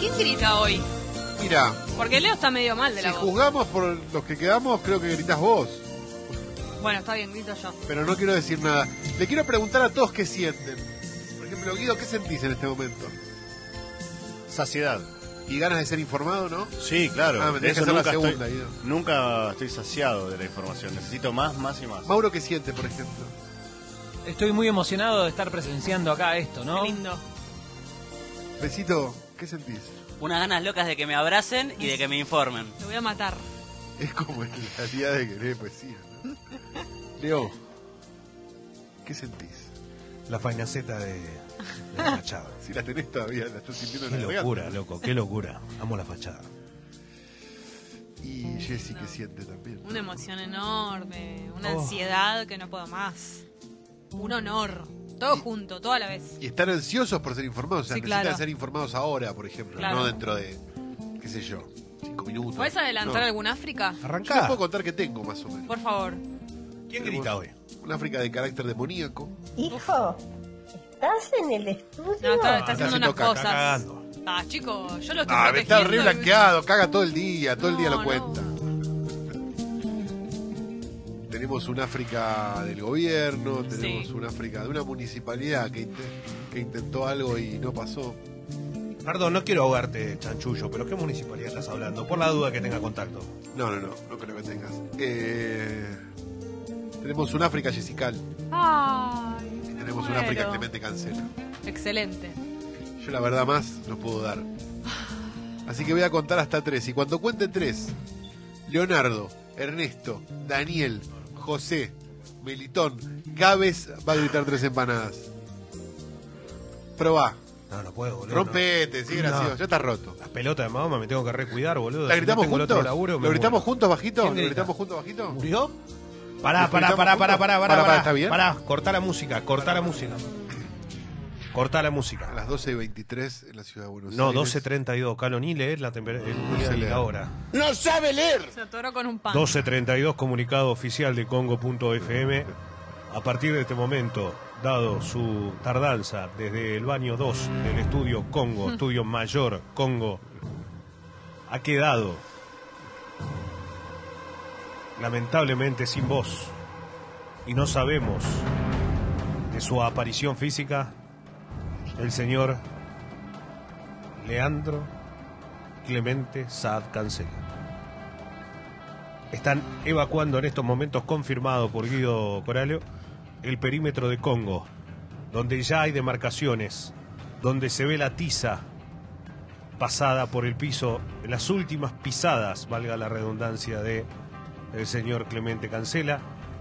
¿Quién grita hoy? Mira, Porque Leo está medio mal de si la voz. juzgamos por los que quedamos, creo que gritas vos. Bueno, está bien, grito yo. Pero no quiero decir nada. Le quiero preguntar a todos qué sienten. Por ejemplo, Guido, ¿qué sentís en este momento? Saciedad. Y ganas de ser informado, ¿no? Sí, claro. Ah, me tenés que Eso hacer la nunca segunda, estoy, Guido. nunca estoy saciado de la información. Necesito más y más. Mauro, ¿qué siente, por ejemplo? Estoy muy emocionado de estar presenciando acá esto, ¿no? Qué lindo. Besito, ¿qué sentís? Unas ganas locas de que me abracen y de que me informen. Te voy a matar. Es como en la día de que lee poesía, ¿no? Leo, ¿qué sentís? La fainaceta de la fachada. Si la tenés todavía, la estás sintiendo en Qué la garganta. locura, loco, qué locura. Amo la fachada. Y Jessy, ¿qué siente también? Una emoción enorme, una Oh. ansiedad que no puedo más. Un honor. Todo junto, todo a la vez. Y están ansiosos por ser informados. O sea, Sí, necesitan claro. ser informados ahora, por ejemplo. Claro. No dentro de, qué sé yo, 5 minutos. ¿Puedes adelantar No. algún África? Yo les Arrancá. puedo contar que tengo, más o menos. Por favor. ¿Quién grita hoy? Un África de carácter demoníaco. Hijo, ¿estás en el estudio? No, está está haciendo haciendo unas caca, cosas. cagando. Ah, chico, yo lo estoy Ah, está re protegiendo. blanqueado, caga todo el día lo No, cuenta. Tenemos un África del gobierno, tenemos Sí. un África de una municipalidad que intentó algo y no pasó. Perdón, no quiero ahogarte, chanchullo, pero ¿qué municipalidad estás hablando? Por la duda que tenga contacto. No creo que tengas. Tenemos un África Jessical Ay, y tenemos un muero. África Clemente Cancela. Excelente. Yo la verdad más no puedo dar. Así que voy a contar hasta 3. Y cuando cuente 3, Leonardo, Ernesto, Daniel, José, Melitón, Gávez va a gritar 3 empanadas. Probá. No puedo, boludo. Rompete, sí, gracioso. No. Ya está roto. Las pelotas de Mahoma me tengo que recuidar, boludo. ¿La Si gritamos no tengo el juntos? otro laburo, me ¿Lo gritamos muero. juntos bajito? ¿Quién ¿Lo grita? gritamos juntos bajito? ¿Murió? Pará, ¿Lo gritamos juntos? ¿Está bien? Pará, cortá la música, cortá la música. Cortá la A música. las 12:23 en la ciudad de Buenos No, Aires. 12:32. Calo, ni leer la temperatura se y lee. la hora. Se atoró con un pan. 12:32, comunicado oficial de Congo.fm. A partir de este momento, dado su tardanza desde el baño 2 del estudio Congo, estudio mayor Congo, ha quedado lamentablemente sin voz y no sabemos de su aparición física el señor Leandro Clemente Saad Cancela. Están evacuando en estos momentos, confirmado por Guido Coralio, el perímetro de Congo, donde ya hay demarcaciones, donde se ve la tiza pasada por el piso, en las últimas pisadas, valga la redundancia, de el señor Clemente Cancela.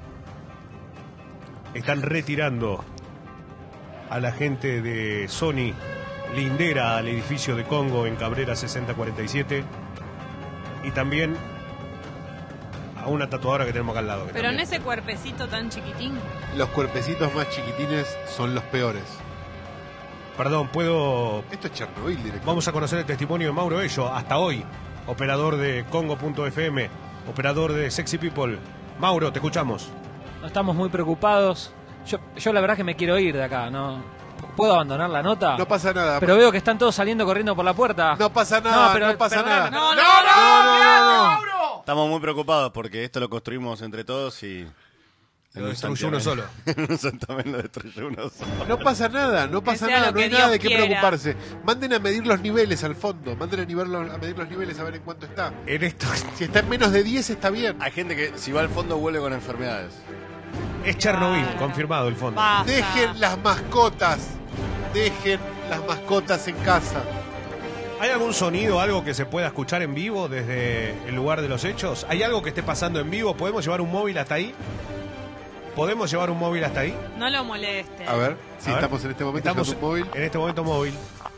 Están retirando a la gente de Sony lindera al edificio de Congo en Cabrera 6047 y también a una tatuadora que tenemos acá al lado. que Pero en también- ese cuerpecito tan chiquitín. Los cuerpecitos más chiquitines son los peores. Perdón, puedo... Esto es Chernobyl directo. Vamos a conocer el testimonio de Mauro Ello, hasta hoy, operador de Congo.fm, operador de Sexy People. Mauro, te escuchamos. No estamos muy preocupados. Yo la verdad que me quiero ir de acá, ¿no? ¿Puedo abandonar la nota? No pasa nada. Pero veo que están todos saliendo corriendo por la puerta. No pasa nada, pero no pasa perdóname, nada. No, no. Estamos muy preocupados porque esto lo construimos entre todos y... Lo destruyó uno solo. También lo destruyó uno solo. No pasa nada, no pasa sea nada, lo no que hay nada Dios de qué quiera. preocuparse. Manden a medir los niveles al fondo, manden a medir los niveles a ver en cuánto está. En esto Si está en menos de 10 está bien. Hay gente que si va al fondo vuelve con enfermedades. es Chernobyl, confirmado el fondo. Basta. Dejen las mascotas, dejen las mascotas en casa. ¿Hay algún sonido, algo que se pueda escuchar en vivo desde el lugar de los hechos? ¿Hay algo que esté pasando en vivo? ¿Podemos llevar un móvil hasta ahí? ¿Podemos llevar un móvil hasta ahí? No lo moleste. A ver, si A ver. estamos en este momento Estamos usando un móvil. en este momento móvil.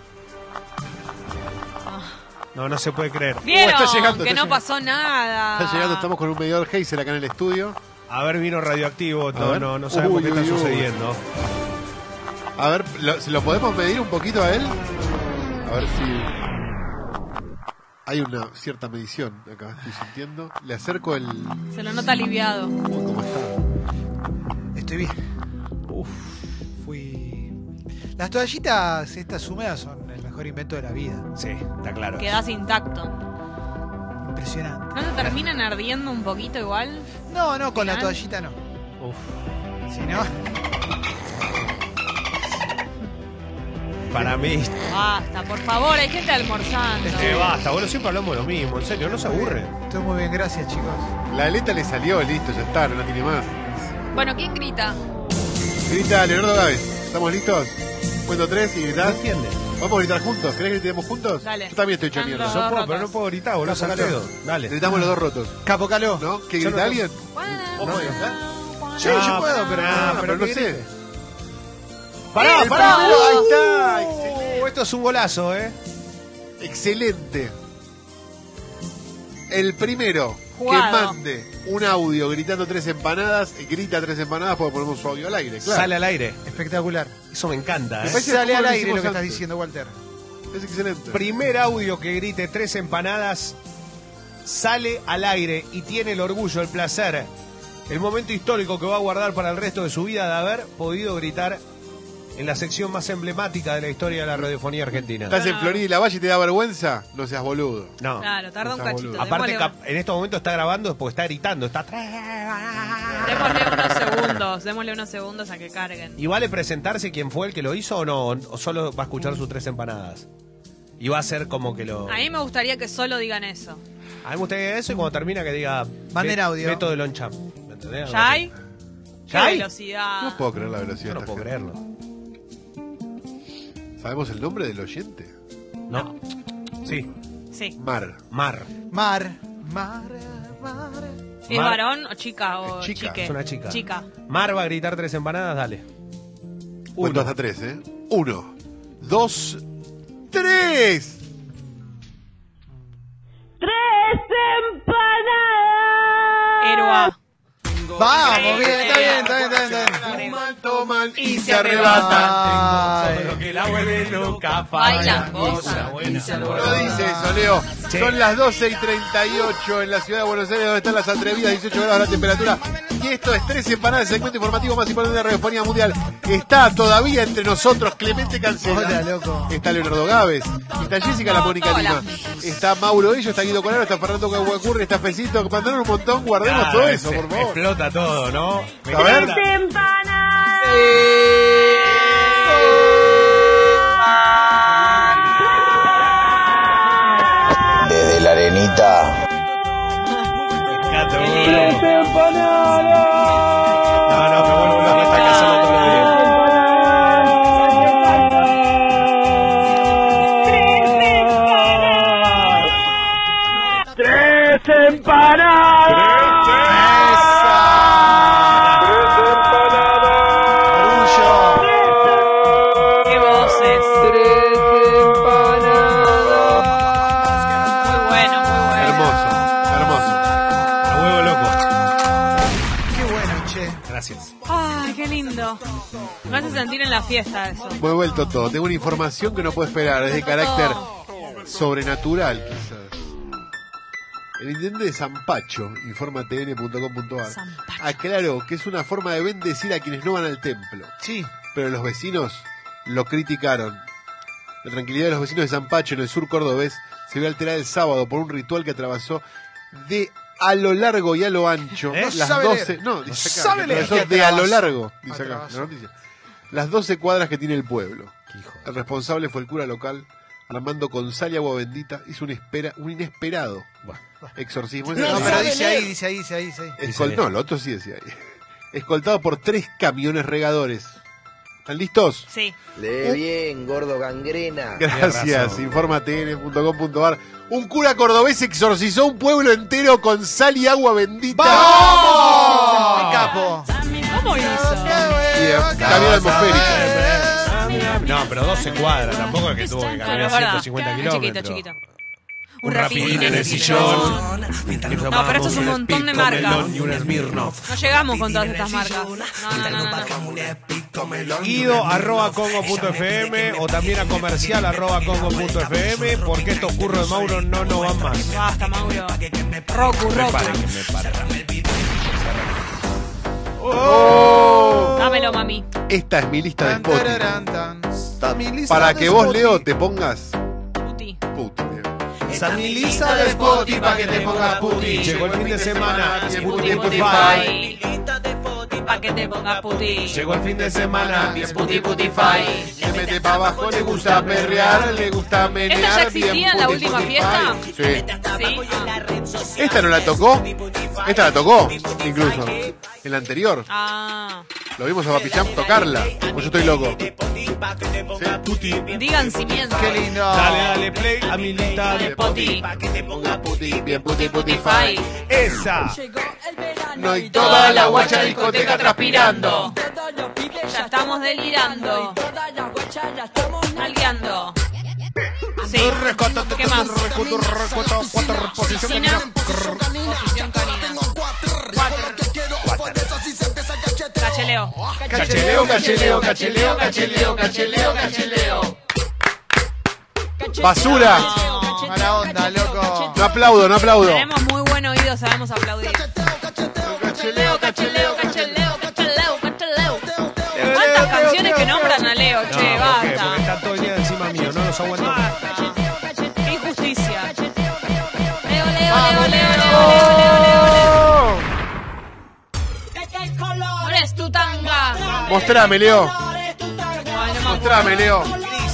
No se puede creer. ¿Vieron? está llegando, que está no llegando. pasó nada. Está llegando, estamos con un medidor Heiser acá en el estudio. A ver, vino radioactivo. A ver. No sabemos Uy, qué está uy, uy. sucediendo. A ver, ¿lo podemos medir un poquito a él? A ver si... Hay una cierta medición acá, estoy sintiendo. Le acerco el... Se lo nota aliviado. ¿Cómo está? Estoy bien. Fui... Las toallitas estas húmedas son el mejor invento de la vida. Sí, está claro. Quedás intacto. Impresionante. ¿No te terminan ardiendo un poquito igual? No, con la ¿Final? toallita no. Uf. Si no, Para mí. Basta, por favor, hay gente almorzando. Basta, bueno, siempre hablamos lo mismo, en serio, no se aburre. estoy muy bien, gracias, chicos. La aleta le salió, listo, ya está, no la tiene más. Bueno, ¿quién grita? Grita Leonardo Gávez. ¿Estamos listos? Cuento 3 y ¿No gritás. entiende? Vamos a gritar juntos. ¿Querés que gritemos juntos? Dale. Yo también estoy hecho Están mierda. los Yo dos puedo, rotos. pero no puedo gritar, boludo, Capo saca el Caló. dedo. Dale. Gritamos los dos rotos. Capo Caló. ¿No? ¿Que Yo grita no- alguien? ¿Vos podés, Sí, yo puedo, pero pero no sé. Pará, El pará. primero, ahí está. Excelente. Esto es un golazo, Excelente. El primero Jugado. que mande un audio gritando 3 empanadas, grita 3 empanadas porque ponemos su audio al aire, claro. Sale al aire. espectacular. Eso me encanta, Me parece Sale como al lo aire hicimos lo que estás antes. diciendo, Walter. Es excelente. Primer audio que grite 3 empanadas sale al aire y tiene el orgullo, el placer, el momento histórico que va a guardar para el resto de su vida de haber podido gritar en la sección más emblemática de la historia de la radiofonía argentina. ¿Estás en Florida y la Valle y te da vergüenza? No seas boludo. No. Claro, tarda un Está cachito. boludo. Aparte, Démosle, en estos momentos está grabando porque está gritando, está démosle unos segundos a que carguen. ¿Y vale presentarse quién fue el que lo hizo o no? ¿O solo va a escuchar sus 3 empanadas? Y va a ser como que lo... A mí me gustaría que solo digan eso. A mí me gustaría eso y cuando termina que diga... Manden audio. Método de Longchamp. ¿Me entendés? ¿Ya hay? ¿Ya ¡Qué hay? velocidad! No puedo creer la velocidad. Yo no de puedo esta creerlo. gente. ¿Sabemos el nombre del oyente? No. Sí. Sí. Mar. Mar. Mar. ¿Es Mar- varón o chica o Es chica, chique? Es una chica. Chica. Mar va a gritar 3 empanadas, dale. Cuento hasta 3, ¿eh? 1, 2, 3. Héroa. Vamos, bien, está bien. Toman y se arrebatan. Ay. Solo que la vuelve loca, Bailan, cosa gozan, buena. No dice eso, Leo. Sí. Son las 12:38 en la ciudad de Buenos Aires, donde están las atrevidas, 18 grados la temperatura. Y esto es 3 empanadas, el segmento informativo más importante de la radiofonía mundial. Está todavía entre nosotros Clemente Cancela. Hola, loco. Está Leonardo Gávez. Está Jessica La Mónica Hola. Lima. Está Mauro Ello, está Guido Corano, está Fernando Caguacurri, está Fecito. Mandaron un montón, guardemos Claro, todo eso, por favor. Explota todo, ¿no? Me A ver. encanta. Desde la arenita. Me encanta, boludo. No, me vuelvo loco esta casa no todo bien. ¡Qué voces! Muy bueno, muy bueno. Hermoso, hermoso. Me vuelvo loco. Qué bueno, che. Gracias. ¡Ay, qué lindo! Me hace sentir en la fiesta eso. Me he vuelto todo. Tengo una información que no puedo esperar. Es de carácter sobrenatural, quizás. El intendente de Zampacho, informa tn.com.ar, Zampacho. aclaró que es una forma de bendecir a quienes no van al templo. Sí. Pero los vecinos lo criticaron. La tranquilidad de los vecinos de Zampacho, en el sur cordobés, se vio alterada el sábado por un ritual que atravesó de a lo largo y a lo ancho ¿Eh? las Sabe 12... leer. No, dice acá, Sabe que leer. atravesó Que de a lo atravesó. largo, dice acá, Atravesó. la noticia. Las 12 cuadras que tiene el pueblo. Hijo. El responsable fue el cura local, Armando con sal y agua bendita, hizo un inesperado exorcismo. No, pero dice ahí. No, lo otro sí decía ahí. Escoltado por 3 camiones regadores. ¿Están listos? Sí. Lee bien, gordo gangrena. Gracias, razón. informatn.com.ar. Un cura cordobés exorcizó un pueblo entero con sal y agua bendita. ¡Vamos! ¡Qué capo! ¿Cómo hizo? Bien, cambio atmosférico. No, pero 12 cuadras, tampoco es que tuvo que Claro, caminar es verdad. 150 Chiquito, kilómetros. chiquito. Un rapidín en el sillón. No, pero esto es un montón de marcas. Y un Smirnoff. No llegamos con todas estas marcas. No. Guido@congo.fm o también a comercial@congo.fm porque estos curros de Mauro no nos van más. Basta, Mauro. Roku. Me paren. Oh. Dámelo, mami. Esta es mi lista de Spotify. Tan, tararán, tan. Está mi lista Para de que vos, Spotify. Leo, te pongas Puti. puti, Leo. Está mi lista de Spotify para que te pongas puti. Llegó el fin de semana. Puti, puti, Spotify. Pa' que te pongas puti. Llegó el fin de semana. Bien puti, putify. Se mete para abajo, le gusta perrear, le gusta menear. ¿Esta ya bien existía en la puti, última puti, fiesta? Sí. Sí. ¿Esta no la tocó? Esta la tocó, incluso. En la anterior. Ah. Lo vimos a Papi Champ tocarla. O yo estoy loco. ¿Sí? Puti. Digan si mienten. Qué lindo. Dale play a mi lista de Poti. Que te ponga puti, bien puti, putify. esa. No hay toda la guacha discoteca transpirando. Ya estamos delirando. Nalgueando. Sí. ¿Qué más? Cocina. Posición canina. Cacheleo. Cacheleo, cacheleo, cacheleo, cacheleo, cacheleo, cacheleo. Basura. Mala onda, loco. No aplaudo, no aplaudo. Tenemos muy buen oído, sabemos aplaudir. Cacheleo, Cacheleo, cacheleo, cacheleo, cacheleo. ¿Cuántas canciones que nombran a Leo? Che, ¿Por qué? basta. Porque está todo el día encima mío, no los aguanto más. Qué injusticia. Leo, Leo, Leo, Leo, Leo, Leo, Leo. ¿Cuál es tu tanga? Mostrame, Leo. Ay, no me acuerdo. Mostrame, Leo.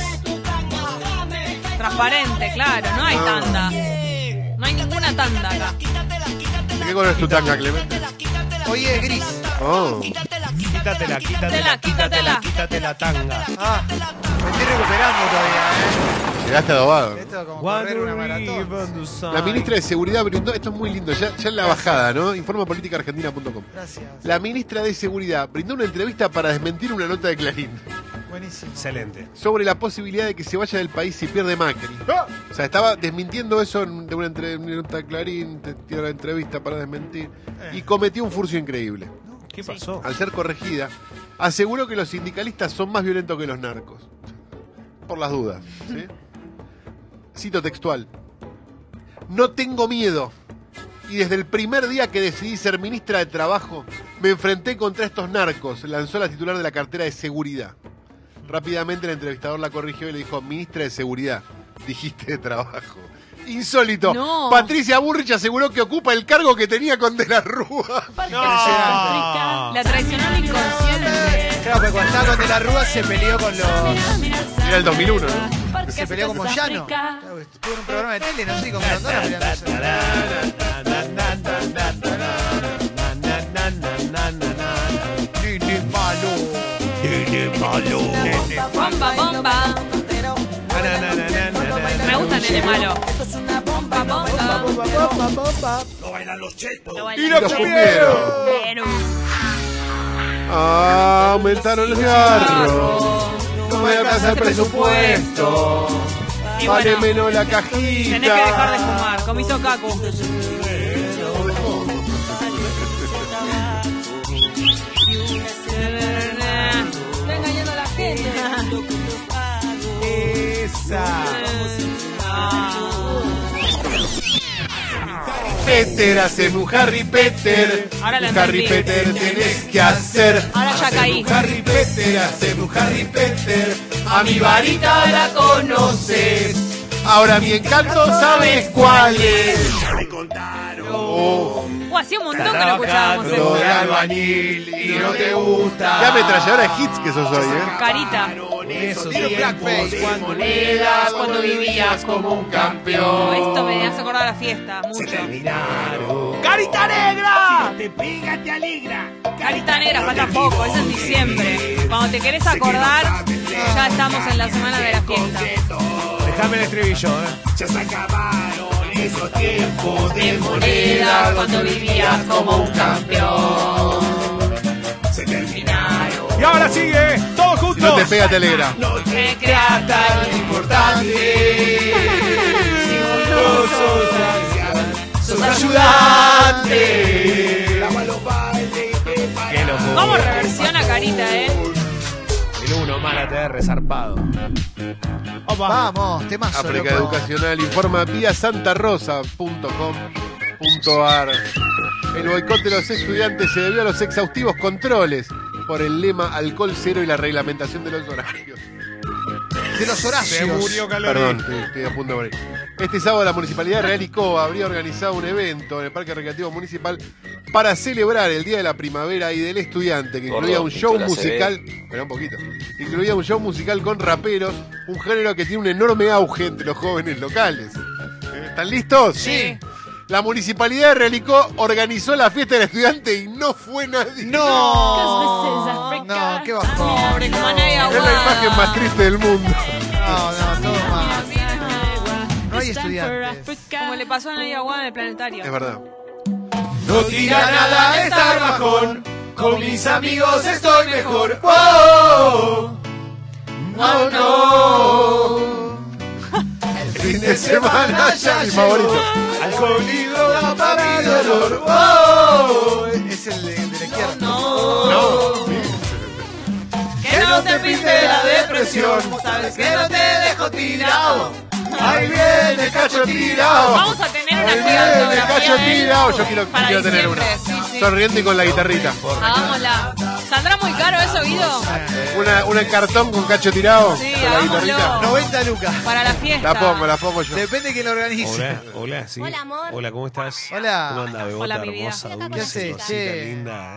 Transparente, claro, no hay tanda. No hay ninguna tanda acá. ¿De qué color es tu tanga, Clemente? Hoy es gris. Oh. Quítatela, quítate la tanga. Ah, me estoy recuperando todavía, Llegaste adobado. Esto es como correr una maratón. La ministra de Seguridad brindó, esto es muy lindo, ya en la bajada, ¿no? Informapoliticaargentina.com. Gracias. La ministra de Seguridad brindó una entrevista para desmentir una nota de Clarín Buenísimo. Excelente. sobre la posibilidad de que se vaya del país si pierde Macri. O sea, estaba desmintiendo eso de una nota de Clarín, dio la entrevista para desmentir, y cometió un furcio increíble. ¿Qué pasó? Al ser corregida, aseguró que los sindicalistas son más violentos que los narcos. Por las dudas, ¿sí? Cito textual. No tengo miedo. Y desde el primer día que decidí ser ministra de Trabajo, me enfrenté contra estos narcos, lanzó la titular de la cartera de Seguridad. Rápidamente el entrevistador la corrigió y le dijo, ministra de Seguridad, dijiste de Trabajo. Insólito. No. Patricia Burrich aseguró que ocupa el cargo que tenía con De la Rúa. No. La traicionó el inconsciente. Claro, pero cuando estaba con De la Rúa se peleó con los... Era el 2001, ¿no? Se peleó con Moyano. Claro, estuvo en un programa de tele, no sé, con Grandona peleándose. Nene malo. Bomba, bomba. Me gusta Nene Malo. Bomba, bomba. Lo bailan los chetos. Y los cumbieros. Pero... Aumentaron los cigarros. No me alcanza el presupuesto. Y Vale bueno, menos la cajita. tenés que dejar de fumar. Comiso Cacu. Estoy engañando a la gente. Esa. Peter, haceme un Harry Peter. Ahora la Un Harry entendí. Peter tenés que hacer. Ahora ya Haceme caí. un Harry Peter, haceme un Harry Peter. A mi varita la conoces. Ahora mi encanto sabes cuál es. Oh, Hacía un montón que no escuchábamos lo esto. de albañil y no te gusta. Ya ametralladora de hits que sos hoy, Carita. Esos Tiene tiempos blackface. Monedas cuando vivías como un campeón. Esto me hace acordar a la fiesta, mucho. ¡Carita negra! Carita negra, falta poco, eso es diciembre. Cuando te querés acordar, ya estamos en la semana de la fiesta. Déjame el estribillo, Esos tiempos de Monedas cuando vivías como un campeón. se terminaron. Y ahora sigue, todos juntos. No te pega Telegram. No te creas tan Importante. Sos ayudante. Qué locura. ¿Cómo reversiona Carita, El uno mal ATR zarpado. Opa. Vamos, temazo, África loco. Educacional informa vía santarosa.com.ar. El boicot de los estudiantes se debió a los exhaustivos controles por el lema alcohol cero y la reglamentación de los horarios. De los Horacios. Se murió Calori. Perdón, estoy a punto de morir. Este sábado la Municipalidad de Real y Cova habría organizado un evento en el Parque Recreativo Municipal para celebrar el Día de la Primavera y del Estudiante, que incluía un show musical. Espera un poquito. Incluía un show musical con raperos, un género que tiene un enorme auge entre los jóvenes locales. ¿Están listos? Sí. La Municipalidad de Realicó organizó la fiesta del estudiante y no fue nadie. No, qué bajón. Es la imagen más triste del mundo. No, todo mal. No hay estudiantes. Como le pasó a Nadia Guada en el planetario. Es verdad. No tira nada estar bajón, con mis amigos estoy mejor. ¡Oh! ¡Oh, no! El fin de semana ya mi favorito. Alcohol y droga para mi dolor. ¡Oh! Es el de la izquierda. No. Que no te pinte la depresión, sabes que no te dejo tirado. Ahí viene Cacho tirado. Vamos a tener una Ahí viene Cacho gigantografía tirado. Yo quiero para tener una. diciembre, sí. Sonriendo y con la guitarrita. Hagámosla. ¿Saldrá muy caro eso, Guido? Una en cartón con Cacho tirado. Sí, con la hagámoslo. guitarrita. 90 lucas. Para la fiesta. La pongo yo. Depende de quién lo organice. Hola, sí. Hola, amor. Hola, ¿cómo estás? Hola. ¿Cómo anda, bebota Hola, mi vida. hermosa, ¿Qué dulce, haces, cosita che? linda,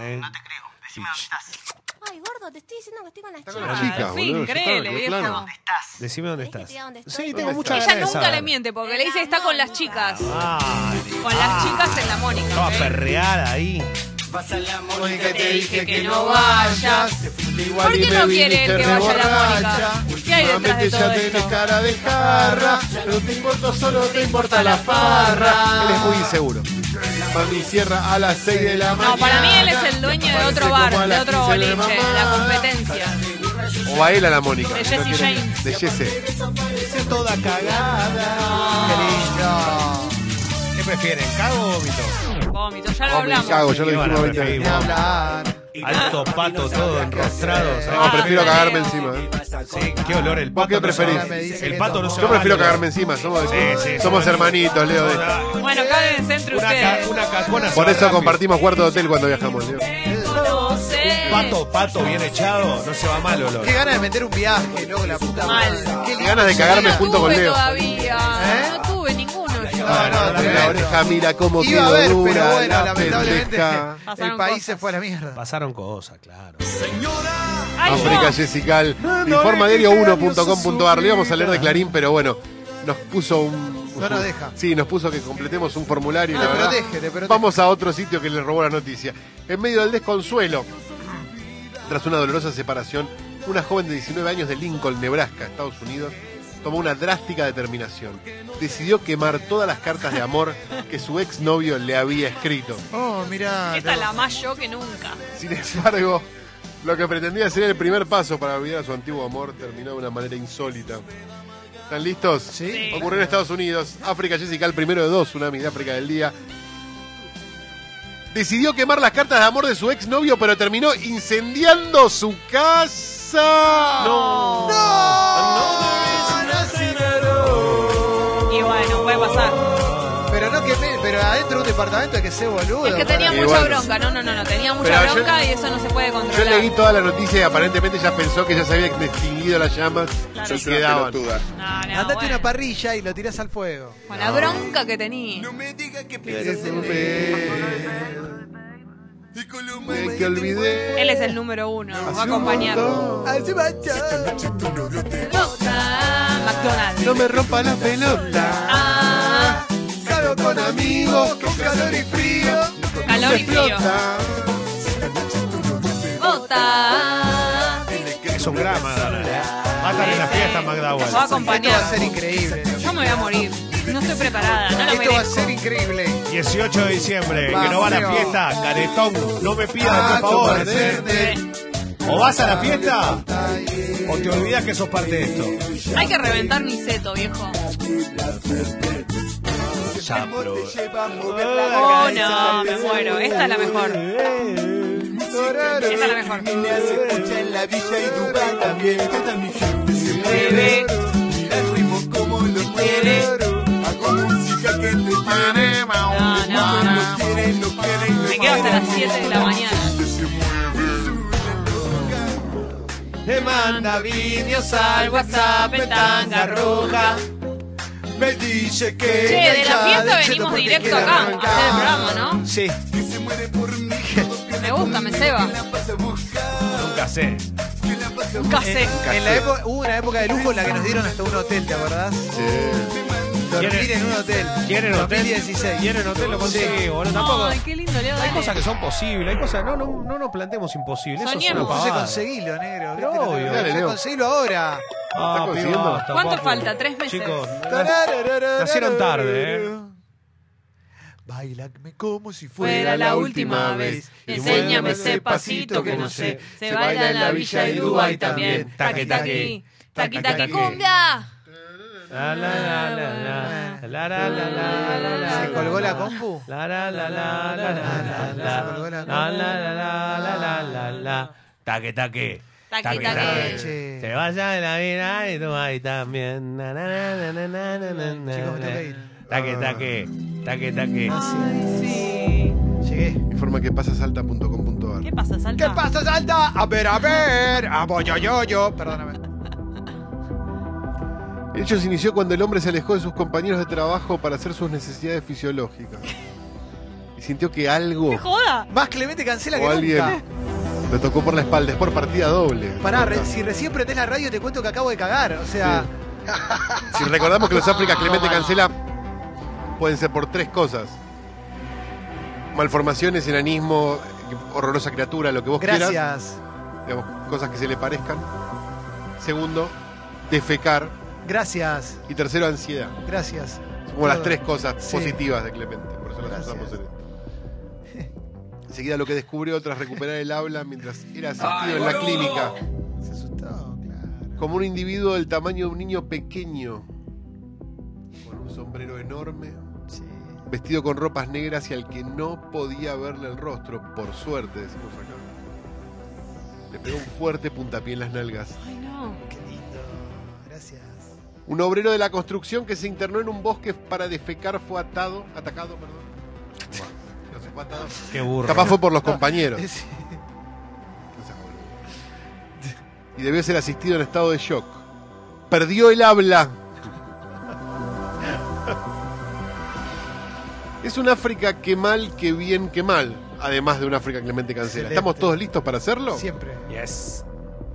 Ay, gordo, te estoy diciendo que estoy con las Está chicas. con las chicas, Al fin, boludo. créele, Claro, viejo. claro. Decime dónde ¿Querés que estás. te diga dónde estoy? Sí, ¿Dónde tengo mucha Ella ganas de nunca saber. le miente porque le dice está con las chicas. Ay, Con las chicas en la Mónica. estaba ¿ok? perreada ahí. Pasa la Mónica y te dije que no vayas. Te fuiste igual ¿Por y qué me no quiere viniste él que vaya a la reborracha. Mónica? ¿Qué hay detrás de Últimamente todo ya tenés esto? cara de jarra. No te importa, solo te importa la farra. Él es muy inseguro. Mami cierra a las 6 de la mañana. No, para mí él es el dueño de otro bar, de otro boliche, de la competencia. O va él a la Mónica. De Jessie James. De Jesse. Dice toda cagada. Qué lindo. ¿Qué prefieren, cago o vómito? Vómito, ya lo Oh, me hablamos. cago, yo lo ¿Qué van a dijimos 20 preferir? veces. Ni hablar. Alto pato todo enrostrado. ¿sabes? No, prefiero Mateo. cagarme encima. Sí, qué olor el ¿Vos pato. qué no se preferís? va- Me dice El que pato no. no se Yo va prefiero a cagarme encima. Somos somos hermanitos, Leo. Bueno, cáguense entre ustedes. Una cacona se Por va eso rápido. compartimos cuarto de hotel cuando viajamos, Leo. No sé. Pato bien echado, no se va mal olor. Qué ganas de meter un viaje, loco, la puta Mal. madre. Qué ganas de cagarme No junto con tuve Leo. todavía. ¿Eh? No tuve ninguno yo. No, La tremendo. oreja, mira cómo Iba a quedó haber, dura pero bueno, la lamentablemente pendeja. Pasaron el país cosas. se fue a la mierda. Pasaron cosas, claro. Ay, África no. Jessical. Informa diario1.com.ar. Le íbamos a leer de Clarín, pero bueno, nos puso un. No nos deja. Sí, nos puso que completemos un formulario y Te la verdad. protege, te protege. Vamos a otro sitio que le robó la noticia. En medio del desconsuelo, tras una dolorosa separación, una joven de 19 años de Lincoln, Nebraska, Estados Unidos, tomó una drástica determinación. Decidió quemar todas las cartas de amor que su exnovio le había escrito. Oh, mirá. Esta es la más yo que nunca. Sin embargo, lo que pretendía ser el primer paso para olvidar a su antiguo amor terminó de una manera insólita. ¿Están listos? Sí. Ocurrió en Estados Unidos. África Jessica, el primero de dos tsunamis de África del día. Decidió quemar las cartas de amor de su exnovio, pero terminó incendiando su casa. No. Y bueno, puede pasar. Pero no que pero adentro de un departamento hay que ser boludo. Es que tenía Y mucha bueno. bronca. No, tenía mucha Pero yo- bronca y eso no se puede Yo controlar. leí toda la noticia y aparentemente ella pensó que ya se había extinguido las llamas Claro. y quedaban. No, Andate bueno. una parrilla y lo tirás al fuego. Con la bronca que tenía. Me que olvidé. Él es el número uno. Nos va a acompañar. Así va, McDonald's. No me rompa la pelota. Ah, Salgo con amigos, con calor y frío. calor y frío. Bota. Es un gran Madonna. Va a estar en la fiesta Nos va a McDowell. Esto va a acompañar. ser increíble. Yo me voy a morir. No estoy preparada. No lo Esto va a merezco. ser increíble. 18 de diciembre, que Vamos, no va a la Leo. fiesta, caretón, no me pidas por favor. O vas a la fiesta o te olvidas que sos parte de esto. Hay que reventar mi seto, viejo. Oh, no, me muero. Esta es la mejor. Esta es la mejor. Bebé. No. Me quedo hasta las 7 de la mañana. manda vídeos al WhatsApp en tanga roja. Me dice que Che, de la fiesta venimos directo acá a hacer el programa, ¿no? Sí. Me gusta, me ceba. Nunca sé. Nunca sé. Hubo una época de lujo en la que nos dieron hasta un hotel, ¿te acordás? Dormir en un hotel. ¿Quieren hotel? 2016. ¿Quieren hotel? Lo consigo, boludo. Tampoco. Ay, qué lindo, Leo. Hay Dale. cosas que son posibles, hay cosas. No nos planteemos imposibles. Eso es una Soñemos. Entonces pavada. conseguilo, negro. Pero obvio. Dale, Leo. Conseguilo ahora. Ah, consiguiendo? basta, ¿Cuánto papu. falta? 3 meses. Chicos, nacieron tarde, Báilame como si Fuera la última vez. Enséñame ese pasito que no sé. Se baila en la villa y Dubái también. Taqui, taqui. Taqui, taqui, cumbia. La la la la la la la la la la. ¿Se colgó la compu? La la la la la la la Se colgó la la la la la la. Taque taque. Taqui, taqui. Che. Se vaya de la vida y tú ahí también. Na, na, na, na, na, na, na, na. Chicos, me tengo que ir. Taque taque. Taque taque. Ay, sí. Llegué. Informa que pasasalta.com.ar. ¿Qué pasa, Salta? ¿Qué pasa, Salta? A ver, a yo. Perdóname. El hecho se inició cuando el hombre se alejó de sus compañeros de trabajo para hacer sus necesidades fisiológicas. Y sintió que algo ¡Qué joda! Más Clemente cancela o que alguien nunca. le tocó por la espalda. Es por partida doble. Pará, si recién prendés la radio te cuento que acabo de cagar. O sea, Si recordamos que los África Clemente cancela pueden ser por 3 cosas: malformaciones, enanismo, horrorosa criatura, lo que vos quieras. gracias. Digamos, cosas que se le parezcan. Segundo, defecar. Gracias. Y tercero, ansiedad. Gracias. Son como las Todo. 3 cosas Sí. positivas de Clemente. Por eso las Gracias. usamos en esto. Enseguida lo que descubrió tras recuperar el habla mientras era asistido en la clínica. Se asustó, claro. Como un individuo del tamaño de un niño pequeño. Con un sombrero enorme. Sí. Vestido con ropas negras y al que no podía verle el rostro. Por suerte, decimos acá. Le pegó un fuerte puntapié en las nalgas. Ay, no. Qué lindo. Gracias. Un obrero de la construcción que se internó en un bosque para defecar fue atacado. No se fue atado. Qué burro. Capaz fue por los compañeros. Sí. No seas boludo. Y debió ser asistido en estado de shock. Perdió el habla. Es un África que mal, que bien, que mal. Además de un África Clemente cancela. Excelente. ¿Estamos todos listos para hacerlo? Siempre. Yes.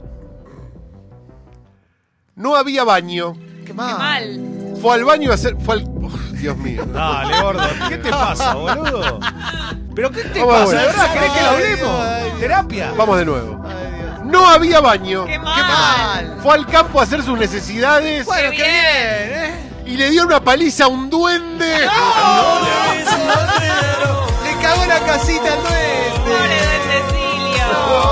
No había baño. Qué Qué mal. mal. Fue al baño a hacer... Dios mío. Dale, gordo. ¿Qué te pasa, boludo? ¿Pero qué te Vamos de pasa? vuelta. ¿De verdad querés que lo Ay, hablemos? ay, ¿Terapia? Vamos de nuevo. Ay, Dios. No había baño. ¡Qué Qué mal! mal. Fue al campo a hacer sus necesidades Bueno, Qué qué bien, ¿eh? y le dio una paliza a un duende. Le cagó la casita al ¡Pobre duende. de Cecilio!